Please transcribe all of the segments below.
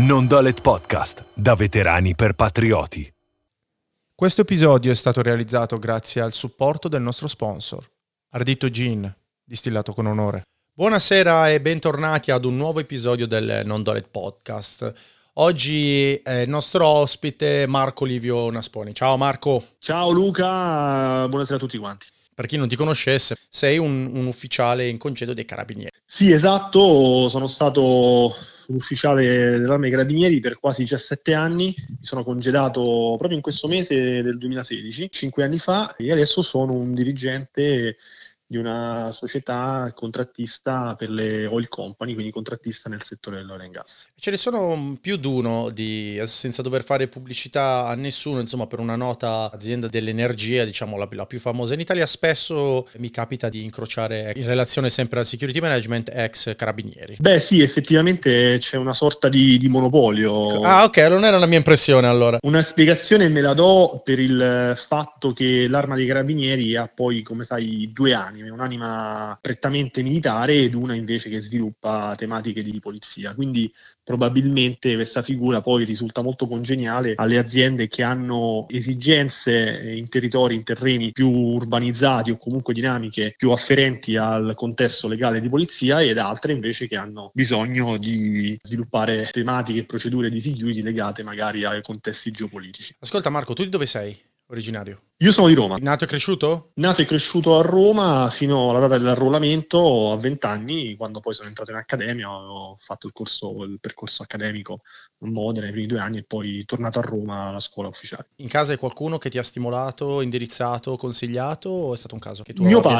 Non-Dolet Podcast, da veterani per patrioti. Questo episodio è stato realizzato grazie al supporto del nostro sponsor, Ardito Gin, distillato con onore. Buonasera e bentornati ad un nuovo episodio del Non-Dolet Podcast. Oggi è il nostro ospite Marco Livio Nasponi. Ciao Marco. Ciao Luca, buonasera a tutti quanti. Per chi non ti conoscesse, sei un ufficiale in congedo dei Carabinieri. Sì, esatto, sono stato un ufficiale dell'Arma dei Carabinieri per quasi 17 anni, mi sono congedato proprio in questo mese del 2016, 5 anni fa, e adesso sono un dirigente di una società contrattista per le oil company, quindi contrattista nel settore dell'oil and gas. Ce ne sono più di uno, senza dover fare pubblicità a nessuno, insomma, per una nota azienda dell'energia, diciamo la più famosa in Italia. Spesso mi capita di incrociare, in relazione sempre al security management, ex carabinieri. Beh sì, effettivamente c'è una sorta di monopolio. Ah, ok, non era la mia impressione allora. Una spiegazione me la do per il fatto che l'Arma dei Carabinieri ha poi, come sai, due anime, un'anima prettamente militare ed una invece che sviluppa tematiche di polizia. Quindi probabilmente questa figura poi risulta molto congeniale alle aziende che hanno esigenze in territori, in terreni più urbanizzati o comunque dinamiche più afferenti al contesto legale di polizia, ed altre invece che hanno bisogno di sviluppare tematiche e procedure di security legate magari ai contesti geopolitici. Ascolta Marco, tu di dove sei originario? Io sono di Roma. Nato e cresciuto? Nato e cresciuto a Roma fino alla data dell'arruolamento a 20 anni, quando poi sono entrato in accademia, ho fatto il percorso accademico a Modena nei primi 2 anni e poi tornato a Roma alla scuola ufficiale. In casa hai qualcuno che ti ha stimolato, indirizzato, consigliato, o è stato un caso che tu Mio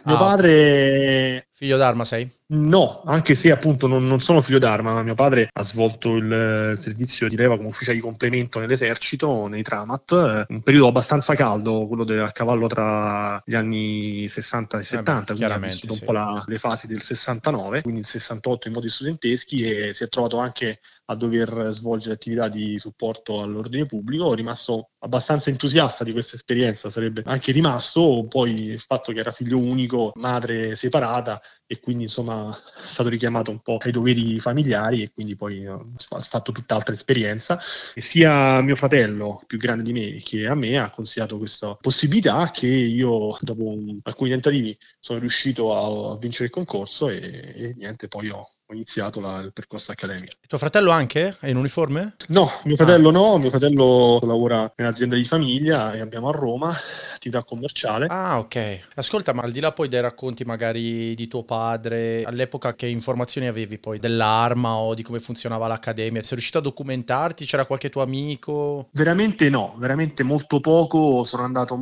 padre. Figlio d'arma sei? No, anche se appunto non sono figlio d'arma, ma mio padre ha svolto il servizio di leva come ufficiale di complemento nell'esercito, nei Tramat, un periodo abbastanza caldo, quello a cavallo tra gli anni 60 e 70, quindi ha vissuto un po' le fasi del 69, quindi il 68 in modi studenteschi, e si è trovato anche a dover svolgere attività di supporto all'ordine pubblico. È rimasto abbastanza entusiasta di questa esperienza, sarebbe anche rimasto, poi il fatto che era figlio unico, madre separata, e quindi insomma è stato richiamato un po' ai doveri familiari, e quindi poi ha fatto tutt'altra esperienza. E sia mio fratello, più grande di me, che a me ha consigliato questa possibilità, che io dopo alcuni tentativi sono riuscito a vincere il concorso e niente, poi ho iniziato il percorso accademico. Tuo fratello anche? È in uniforme? No, mio fratello no, mio fratello lavora in un'azienda di famiglia e abbiamo a Roma, attività commerciale. Ah, ok. Ascolta, ma al di là poi dei racconti magari di tuo padre, all'epoca che informazioni avevi poi dell'arma o di come funzionava l'accademia? Sei riuscito a documentarti? C'era qualche tuo amico? Veramente no, veramente molto poco. Sono andato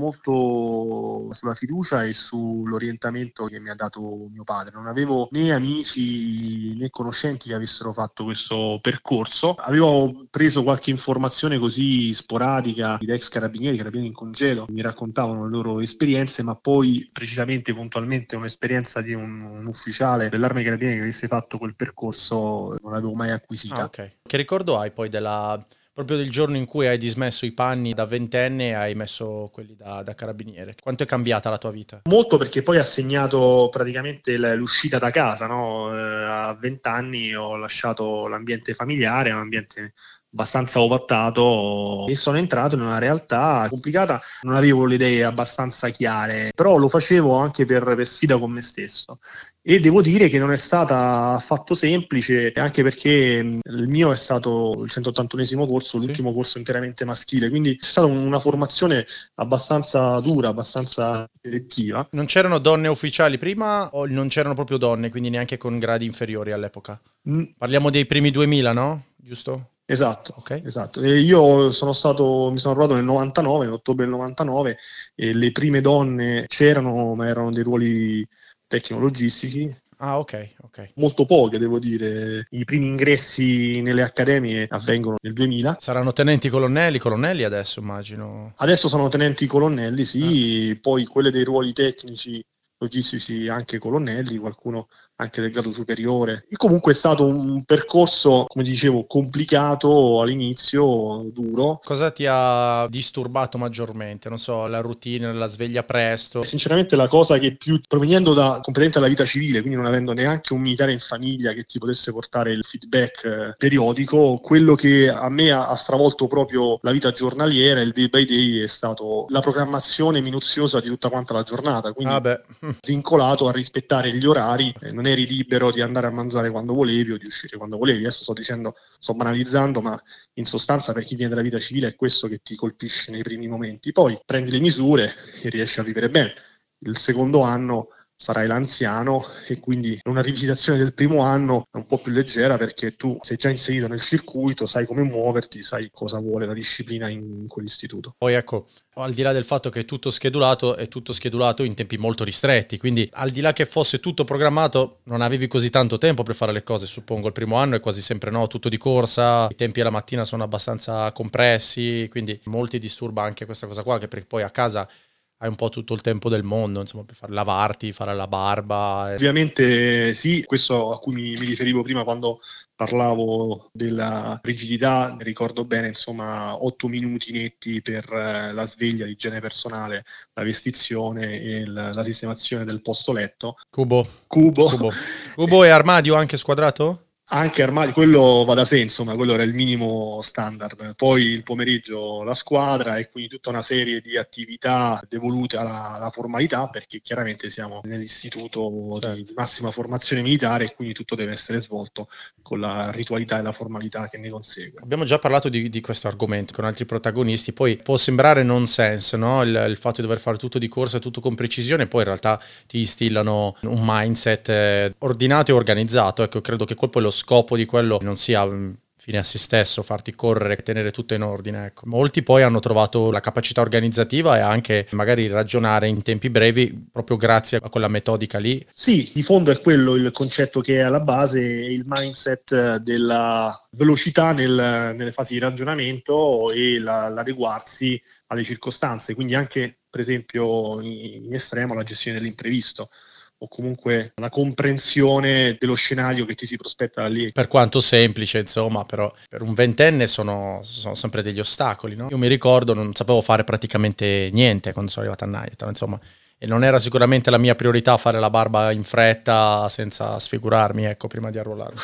molto sulla fiducia e sull'orientamento che mi ha dato mio padre. Non avevo né amici né conoscenti che avessero fatto questo percorso. Avevo preso qualche informazione così sporadica di ex carabinieri in congedo, mi raccontavano le loro esperienze, ma poi precisamente puntualmente un'esperienza di un ufficiale dell'Arma dei Carabinieri che avesse fatto quel percorso non l'avevo mai acquisita. Ah, ok. Che ricordo hai poi proprio del giorno in cui hai dismesso i panni da ventenne e hai messo quelli da carabiniere? Quanto è cambiata la tua vita? Molto, perché poi ha segnato praticamente l'uscita da casa, no? A 20 anni ho lasciato l'ambiente familiare, un ambiente abbastanza ovattato, e sono entrato in una realtà complicata. Non avevo le idee abbastanza chiare, però lo facevo anche per sfida con me stesso. E devo dire che non è stata affatto semplice, anche perché il mio è stato il 181esimo corso, l'ultimo corso interamente maschile, quindi c'è stata una formazione abbastanza dura, abbastanza selettiva. Non c'erano donne ufficiali prima o non c'erano proprio donne, quindi neanche con gradi inferiori all'epoca? Parliamo dei primi 2000, no? Giusto? Esatto, okay. Esatto. E io mi sono arrivato nel 99, nell'ottobre del 99, e le prime donne c'erano, ma erano dei ruoli tecnologistici. Ah, ok. Molto poche, devo dire. I primi ingressi nelle accademie avvengono nel 2000. Saranno tenenti colonnelli adesso, immagino. Adesso sono tenenti colonnelli, sì. Poi quelle dei ruoli tecnici logistici anche colonnelli, qualcuno anche del grado superiore. E comunque è stato un percorso, come dicevo, complicato all'inizio, duro. Cosa ti ha disturbato maggiormente? Non so, la routine, la sveglia presto? Sinceramente la cosa che più, provenendo completamente dalla vita civile, quindi non avendo neanche un militare in famiglia che ti potesse portare il feedback periodico, quello che a me ha stravolto proprio la vita giornaliera, il day by day, è stato la programmazione minuziosa di tutta quanta la giornata, quindi vincolato a rispettare gli orari, non eri libero di andare a mangiare quando volevi o di uscire quando volevi. Adesso sto banalizzando, ma in sostanza per chi viene dalla vita civile è questo che ti colpisce nei primi momenti. Poi prendi le misure e riesci a vivere bene. Il secondo anno sarai l'anziano e quindi una rivisitazione del primo anno è un po' più leggera perché tu sei già inserito nel circuito, sai come muoverti, sai cosa vuole la disciplina in quell'istituto. Poi ecco, al di là del fatto che è tutto schedulato in tempi molto ristretti, quindi al di là che fosse tutto programmato non avevi così tanto tempo per fare le cose, suppongo. Il primo anno è quasi sempre tutto di corsa, i tempi alla mattina sono abbastanza compressi, quindi molti disturba anche questa cosa qua, che perché poi a casa hai un po' tutto il tempo del mondo, insomma, per lavarti, fare la barba. Ovviamente sì, questo a cui mi riferivo prima quando parlavo della rigidità, ricordo bene, insomma, 8 minuti netti per la sveglia, l'igiene personale, la vestizione e la sistemazione del posto letto. Cubo e armadio anche squadrato? Anche armadi, quello va da sé, insomma, quello era il minimo standard. Poi il pomeriggio la squadra e quindi tutta una serie di attività devolute alla formalità, perché chiaramente siamo nell'istituto di massima formazione militare e quindi tutto deve essere svolto con la ritualità e la formalità che ne consegue. Abbiamo già parlato di questo argomento con altri protagonisti, poi può sembrare nonsense, no? Il fatto di dover fare tutto di corsa, tutto con precisione, poi in realtà ti instillano un mindset ordinato e organizzato. Ecco, credo che poi lo scopo di quello non sia fine a se stesso, farti correre e tenere tutto in ordine. Ecco. Molti poi hanno trovato la capacità organizzativa e anche magari ragionare in tempi brevi proprio grazie a quella metodica lì. Sì, di fondo è quello il concetto che è alla base, il mindset della velocità nelle fasi di ragionamento e l'adeguarsi alle circostanze, quindi anche per esempio in estremo la gestione dell'imprevisto, o comunque la comprensione dello scenario che ti si prospetta da lì. Per quanto semplice, insomma, però per un ventenne sono sempre degli ostacoli, no? Io mi ricordo, non sapevo fare praticamente niente quando sono arrivato a Night, insomma, e non era sicuramente la mia priorità fare la barba in fretta senza sfigurarmi, ecco, prima di arruolarmi.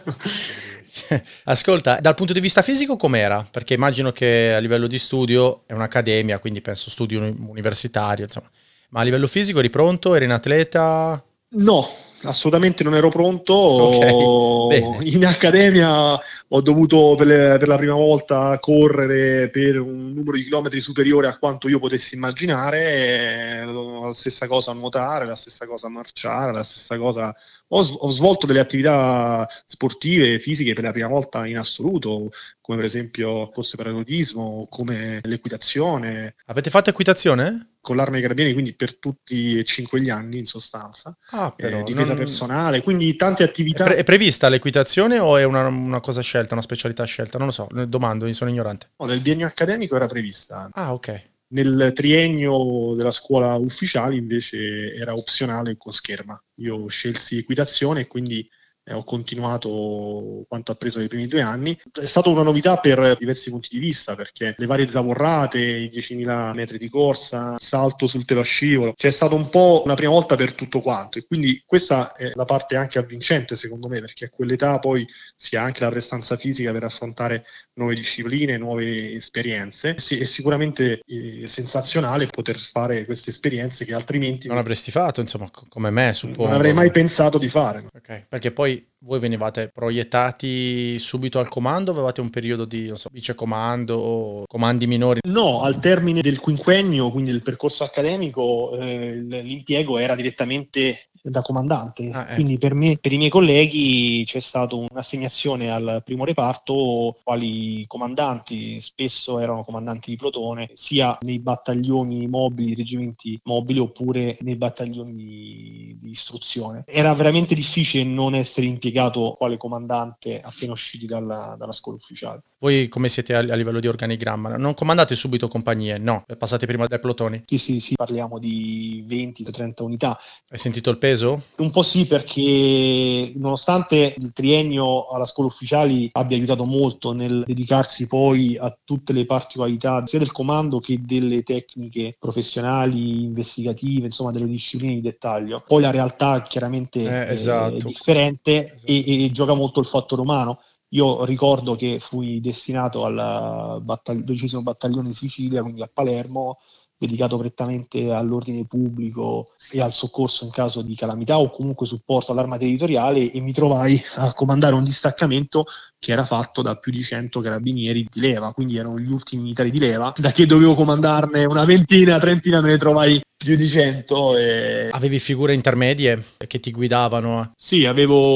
Ascolta, dal punto di vista fisico com'era? Perché immagino che a livello di studio è un'accademia, quindi penso studio universitario, insomma. Ma a livello fisico eri pronto? Eri un atleta? No, assolutamente non ero pronto. Okay, in accademia ho dovuto per la prima volta correre per un numero di chilometri superiore a quanto io potessi immaginare, la stessa cosa a nuotare, la stessa cosa a marciare, la stessa cosa. Ho svolto delle attività sportive, fisiche per la prima volta in assoluto, come per esempio corse per aerotismo, come l'equitazione. Avete fatto equitazione? Con l'Arma dei Carabinieri, quindi per tutti e 5 gli anni in sostanza, però difesa personale, quindi tante attività. È prevista l'equitazione o è una cosa scelta, una specialità scelta? Non lo so, domando, sono ignorante. No, nel biennio accademico era prevista. Ah, ok. Nel triennio della scuola ufficiale invece era opzionale con scherma. Io scelsi equitazione e quindi ho continuato quanto appreso nei primi 2 anni. È stata una novità per diversi punti di vista, perché le varie zavorrate, i 10.000 metri di corsa, il salto sul telascivolo, c'è stato un po' una prima volta per tutto quanto, e quindi questa è la parte anche avvincente secondo me, perché a quell'età poi si ha anche la prestanza fisica per affrontare nuove discipline, nuove esperienze. Sì, è sicuramente sensazionale poter fare queste esperienze che altrimenti non avresti fatto, insomma, come me, suppongo. Non avrei mai pensato di fare. Ok, perché poi voi venivate proiettati subito al comando, avevate un periodo di, non so, vicecomando o comandi minori? No, al termine del quinquennio, quindi del percorso accademico, l'impiego era direttamente da comandante. Quindi per me, per i miei colleghi c'è stata un'assegnazione al primo reparto, quali comandanti, spesso erano comandanti di plotone, sia nei battaglioni mobili, reggimenti mobili, oppure nei battaglioni di istruzione. Era veramente difficile non essere impiegato delegato quale comandante appena usciti dalla scuola ufficiale. Voi come siete a livello di organigramma? Non comandate subito compagnie? No, passate prima dai plotoni? Sì, parliamo di 20-30 unità. Hai sentito il peso? Un po' sì, perché nonostante il triennio alla scuola ufficiali abbia aiutato molto nel dedicarsi poi a tutte le particolarità sia del comando che delle tecniche professionali, investigative, insomma delle discipline di dettaglio, poi la realtà chiaramente esatto. è differente. Esatto. E gioca molto il fattore umano. Io ricordo che fui destinato al 12° battaglione Sicilia, quindi a Palermo, dedicato prettamente all'ordine pubblico e al soccorso in caso di calamità o comunque supporto all'arma territoriale, e mi trovai a comandare un distaccamento che era fatto da più di 100 carabinieri di leva, quindi erano gli ultimi militari di leva. Da che dovevo comandarne una trentina me ne trovai più di 100. Avevi figure intermedie che ti guidavano? Sì,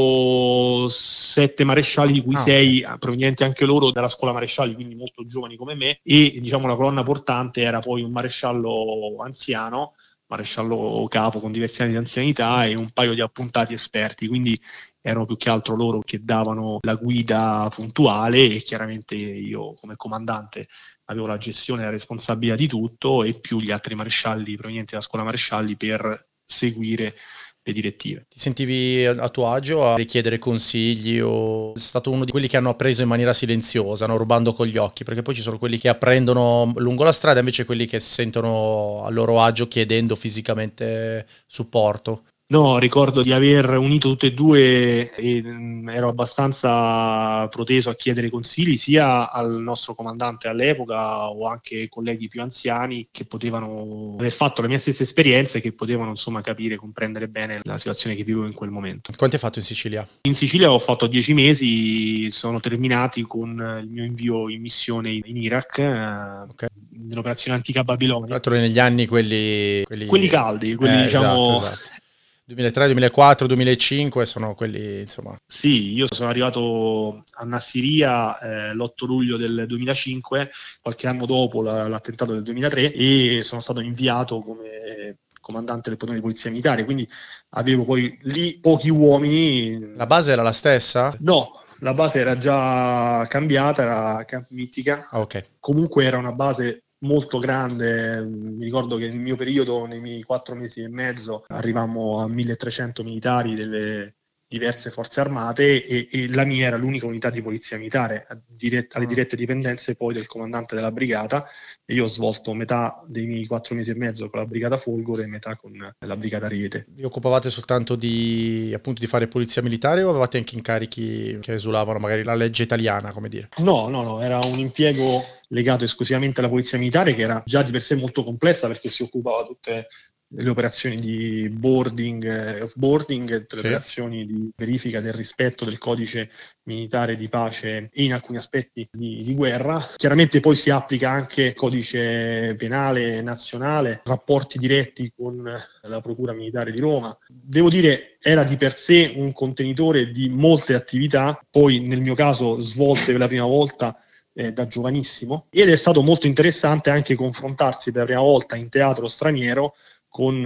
avevo 7 marescialli, di cui 6 provenienti anche loro dalla scuola marescialli, quindi molto giovani come me, e diciamo la colonna portante era poi un maresciallo anziano, maresciallo capo con diversi anni di anzianità, e un paio di appuntati esperti, quindi erano più che altro loro che davano la guida puntuale, e chiaramente io come comandante avevo la gestione e la responsabilità di tutto, e più gli altri marescialli provenienti dalla scuola marescialli per seguire le direttive. Ti sentivi a tuo agio a richiedere consigli, o sei stato uno di quelli che hanno appreso in maniera silenziosa, no? Rubando con gli occhi? Perché poi ci sono quelli che apprendono lungo la strada, invece quelli che si sentono a loro agio chiedendo fisicamente supporto. No, ricordo di aver unito tutte e due, e ero abbastanza proteso a chiedere consigli sia al nostro comandante all'epoca o anche colleghi più anziani che potevano aver fatto le mie stesse esperienze, che potevano insomma capire e comprendere bene la situazione che vivevo in quel momento. Quanto hai fatto in Sicilia? In Sicilia ho fatto 10 mesi, sono terminati con il mio invio in missione in Iraq, nell'operazione Antica Babilonia. Tra l'altro negli anni quelli caldi, quelli diciamo... Esatto. 2003, 2004, 2005 sono quelli, insomma. Sì, io sono arrivato a Nassiriya l'8 luglio del 2005, qualche anno dopo l'attentato del 2003, e sono stato inviato come comandante del plotone di polizia militare, quindi avevo poi lì pochi uomini. La base era la stessa? No, la base era già cambiata, era Camp Mittica. Comunque era una base molto grande. Mi ricordo che nel mio periodo, nei miei 4 mesi e mezzo, arrivammo a 1300 militari delle diverse forze armate, e la mia era l'unica unità di polizia militare alle dirette dipendenze poi del comandante della brigata, e io ho svolto metà dei miei 4 mesi e mezzo con la brigata Folgore e metà con la brigata Riete. Vi occupavate soltanto di fare polizia militare, o avevate anche incarichi che esulavano magari la legge italiana, come dire? No, era un impiego legato esclusivamente alla polizia militare, che era già di per sé molto complessa, perché si occupava tutte le operazioni di boarding e offboarding, le operazioni di verifica del rispetto del codice militare di pace e in alcuni aspetti di guerra. Chiaramente poi si applica anche il codice penale nazionale, rapporti diretti con la Procura Militare di Roma. Devo dire, era di per sé un contenitore di molte attività, poi nel mio caso svolte per la prima volta da giovanissimo, ed è stato molto interessante anche confrontarsi per la prima volta in teatro straniero con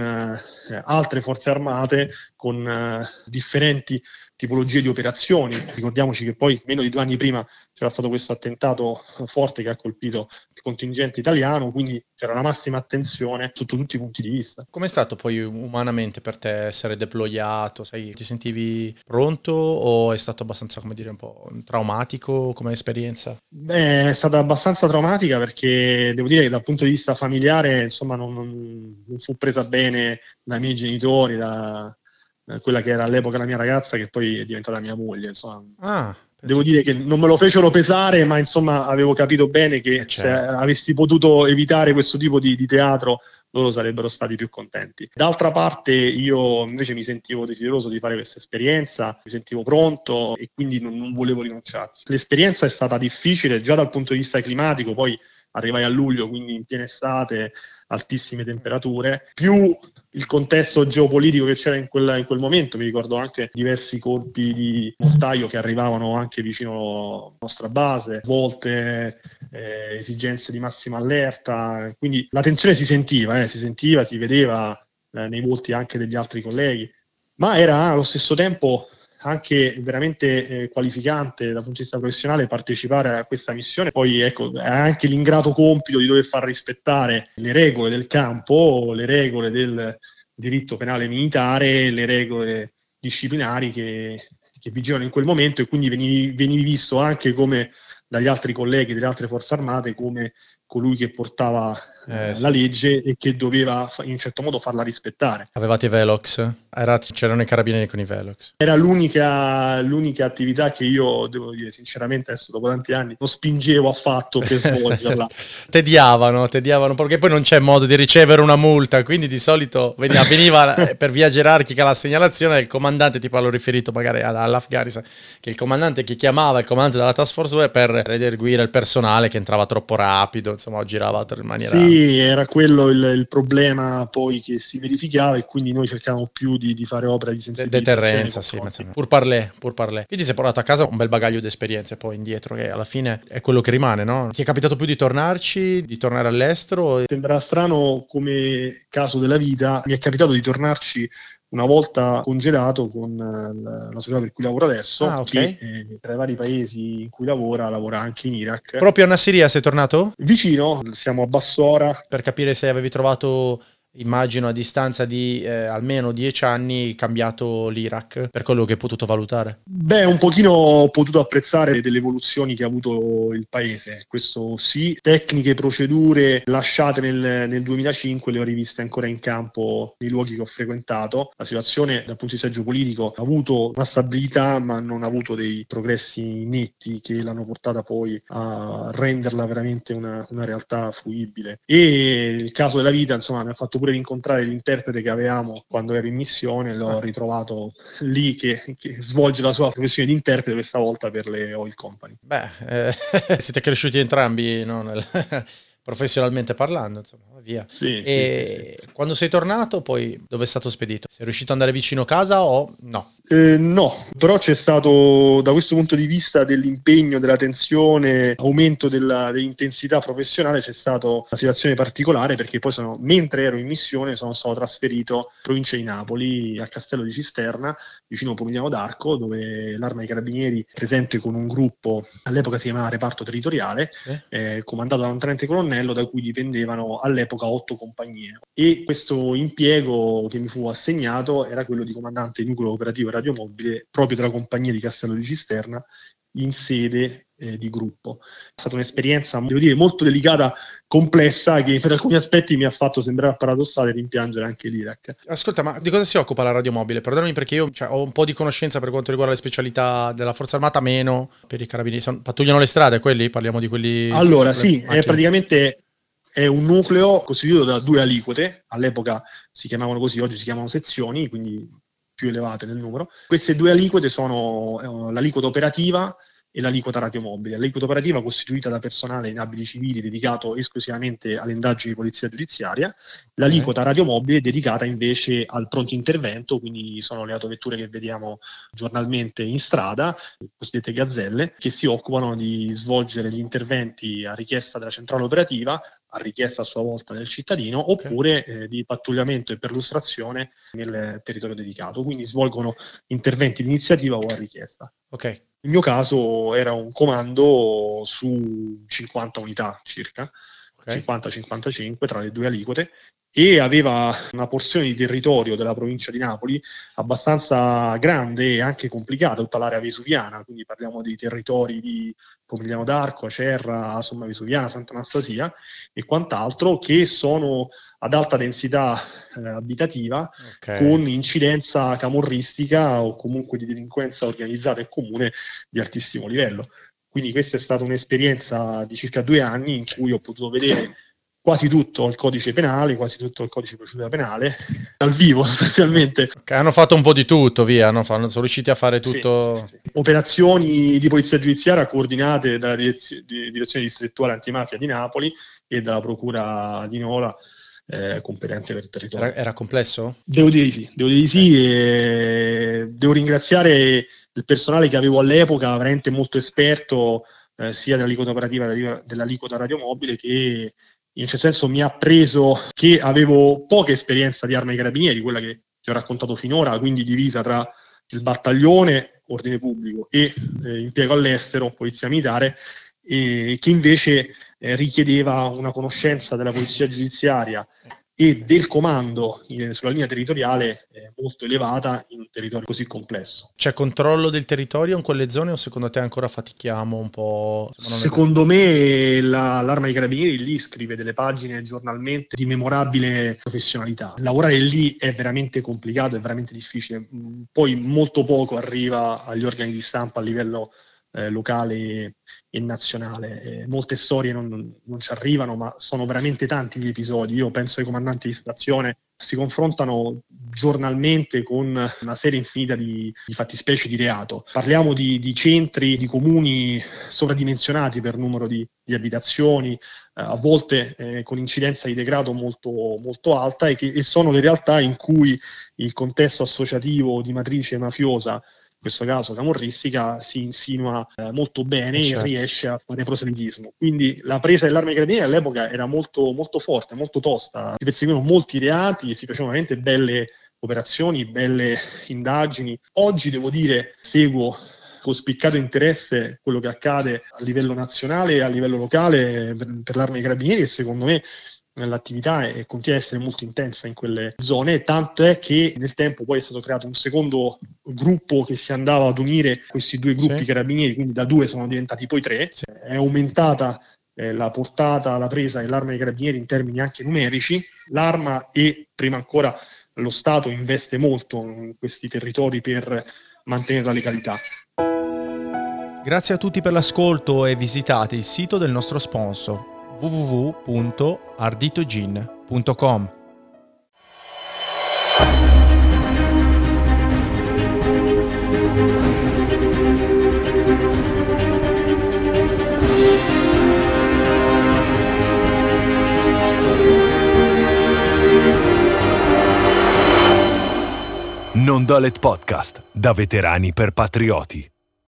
altre forze armate, con differenti tipologie di operazioni. Ricordiamoci che poi meno di 2 anni prima c'era stato questo attentato forte che ha colpito il contingente italiano, quindi c'era la massima attenzione sotto tutti i punti di vista. Com'è stato poi umanamente per te essere deployato? Ti sentivi pronto, o è stato abbastanza, come dire, un po' traumatico come esperienza? È stata abbastanza traumatica, perché devo dire che dal punto di vista familiare, insomma, non fu presa bene dai miei genitori, da quella che era all'epoca la mia ragazza, che poi è diventata mia moglie, insomma. Devo dire che non me lo fecero pesare, ma insomma avevo capito bene che se avessi potuto evitare questo tipo di teatro, loro sarebbero stati più contenti. D'altra parte io invece mi sentivo desideroso di fare questa esperienza, mi sentivo pronto, e quindi non volevo rinunciare. L'esperienza è stata difficile già dal punto di vista climatico, poi arrivai a luglio, quindi in piena estate, altissime temperature, più il contesto geopolitico che c'era in quel momento. Mi ricordo anche diversi colpi di mortaio che arrivavano anche vicino alla nostra base, volte esigenze di massima allerta, quindi la tensione si sentiva, si vedeva nei volti anche degli altri colleghi, ma era allo stesso tempo anche veramente qualificante dal punto di vista professionale partecipare a questa missione. Poi ecco, ha anche l'ingrato compito di dover far rispettare le regole del campo, le regole del diritto penale militare, le regole disciplinari che vigevano in quel momento, e quindi venivi visto anche come dagli altri colleghi delle altre forze armate come colui che portava la legge e che doveva in un certo modo farla rispettare. Avevate i Velox? C'erano i carabinieri con i Velox? Era l'unica attività che io, devo dire sinceramente, adesso dopo tanti anni non spingevo affatto per svolgerla. Tediavano, perché poi non c'è modo di ricevere una multa, quindi di solito veniva per via gerarchica la segnalazione del comandante, tipo l'ho riferito magari all'Afghanistan, che il comandante che chiamava il comandante della task force per redarguire il personale che entrava troppo rapido, insomma girava in maniera... Sì, era quello il problema poi che si verificava, e quindi noi cercavamo più di fare opera di sensibilizzazione. Deterrenza, sì, pur parlé. Quindi si è portato a casa un bel bagaglio di esperienze poi indietro, che alla fine è quello che rimane, no? Ti è capitato più di tornarci, di tornare all'estero? Sembra strano come caso della vita, mi è capitato di tornarci una volta congelato con la società per cui lavoro adesso, okay. Che tra i vari paesi in cui lavora anche in Iraq. Proprio a Nassiriya sei tornato? Vicino, siamo a Bassora. Per capire se avevi trovato, immagino a distanza di almeno 10 anni, cambiato l'Iraq, per quello che hai potuto valutare. Beh, un pochino ho potuto apprezzare delle evoluzioni che ha avuto il paese, questo sì. Tecniche, procedure lasciate nel 2005 le ho riviste ancora in campo nei luoghi che ho frequentato. La situazione dal punto di vista geopolitico ha avuto una stabilità, ma non ha avuto dei progressi netti che l'hanno portata poi a renderla veramente una realtà fruibile. E il caso della vita, insomma, mi ha fatto pure rincontrare l'interprete che avevamo quando ero in missione, l'ho ritrovato lì che svolge la sua professione di interprete, questa volta per le oil company. Siete cresciuti entrambi, no? Professionalmente parlando, insomma, via. Sì. Quando sei tornato, poi dove è stato spedito? Sei riuscito ad andare vicino casa o no? No, però c'è stato, da questo punto di vista dell'impegno, della tensione, aumento dell'intensità professionale, c'è stata una situazione particolare, perché poi mentre ero in missione sono stato trasferito in provincia di Napoli, a Castello di Cisterna, vicino Pomigliano d'Arco, dove l'Arma dei Carabinieri presente con un gruppo, all'epoca si chiamava Reparto Territoriale, comandato da un tenente colonnello, da cui dipendevano all'epoca 8 compagnie. E questo impiego che mi fu assegnato era quello di comandante nucleo operativo radiomobile proprio della compagnia di Castello di Cisterna, in sede di gruppo. È stata un'esperienza, devo dire, molto delicata, complessa, che per alcuni aspetti mi ha fatto sembrare paradossale rimpiangere anche l'Iraq. Ascolta, ma di cosa si occupa la radiomobile? Perdonami, perché io ho un po' di conoscenza per quanto riguarda le specialità della Forza Armata, meno per i carabinieri. Pattugliano le strade, quelli? Parliamo di quelli... Allora, sì, praticamente è un nucleo costituito da 2 aliquote, all'epoca si chiamavano così, oggi si chiamano sezioni, quindi più elevate nel numero. Queste 2 aliquote sono l'aliquota operativa e l'aliquota radiomobile. L'aliquota operativa costituita da personale in abiti civili dedicato esclusivamente alle indagini di polizia giudiziaria, l'aliquota radiomobile dedicata invece al pronto intervento, quindi sono le autovetture che vediamo giornalmente in strada, le cosiddette gazzelle, che si occupano di svolgere gli interventi a richiesta della centrale operativa, a richiesta a sua volta del cittadino, oppure di pattugliamento e perlustrazione nel territorio dedicato, quindi svolgono interventi di iniziativa o a richiesta. Ok. Il mio caso era un comando su 50 unità circa, 50-55 tra le 2 aliquote, e aveva una porzione di territorio della provincia di Napoli abbastanza grande e anche complicata, tutta l'area vesuviana, quindi parliamo dei territori di Pomigliano d'Arco, Acerra, Somma Vesuviana, Sant'Anastasia e quant'altro, che sono ad alta densità abitativa, con incidenza camorristica o comunque di delinquenza organizzata e comune di altissimo livello. Quindi questa è stata un'esperienza di circa 2 anni in cui ho potuto vedere quasi tutto il codice penale, quasi tutto il codice di procedura penale, dal vivo sostanzialmente. Hanno fatto un po' di tutto, via, sono riusciti a fare tutto. Sì. Operazioni di polizia giudiziaria coordinate dalla direzione distrettuale antimafia di Napoli e dalla procura di Nola, competente per il territorio. Era complesso? Devo dire di sì, e devo ringraziare il personale che avevo all'epoca, veramente molto esperto, sia dell'aliquota operativa che dell'aliquota radiomobile, che in un certo senso mi ha preso che avevo poca esperienza di Arma dei Carabinieri, quella che ti ho raccontato finora, quindi divisa tra il battaglione, ordine pubblico, e impiego all'estero, polizia militare, che invece richiedeva una conoscenza della polizia giudiziaria e del comando sulla linea territoriale molto elevata in un territorio così complesso. C'è controllo del territorio in quelle zone o secondo te ancora fatichiamo un po'? Secondo me l'Arma dei Carabinieri lì scrive delle pagine giornalmente di memorabile professionalità. Lavorare lì è veramente complicato, è veramente difficile. Poi molto poco arriva agli organi di stampa a livello locale e nazionale. Molte storie non ci arrivano, ma sono veramente tanti gli episodi. Io penso ai comandanti di stazione si confrontano giornalmente con una serie infinita di fattispecie di reato. Parliamo di centri, di comuni sovradimensionati per numero di abitazioni, a volte con incidenza di degrado molto, molto alta, e sono le realtà in cui il contesto associativo di matrice mafiosa, in questo caso camorristica, si insinua molto bene e riesce a fare proselitismo. Quindi la presa dell'Arma dei Carabinieri all'epoca era molto, molto forte, molto tosta. Si perseguivano molti reati e si facevano veramente belle operazioni, belle indagini. Oggi devo dire, seguo con spiccato interesse quello che accade a livello nazionale e a livello locale per l'Arma dei Carabinieri, e secondo me l'attività continua a essere molto intensa in quelle zone, tanto è che nel tempo poi è stato creato un secondo gruppo che si andava ad unire questi due gruppi carabinieri, quindi da 2 sono diventati poi 3. È aumentata la portata, la presa dell'Arma dei Carabinieri in termini anche numerici. L'Arma e prima ancora lo Stato investe molto in questi territori per mantenere la legalità. Grazie a tutti per l'ascolto e visitate il sito del nostro sponsor www.arditojin.com. Non Dolet Podcast, da veterani per patrioti.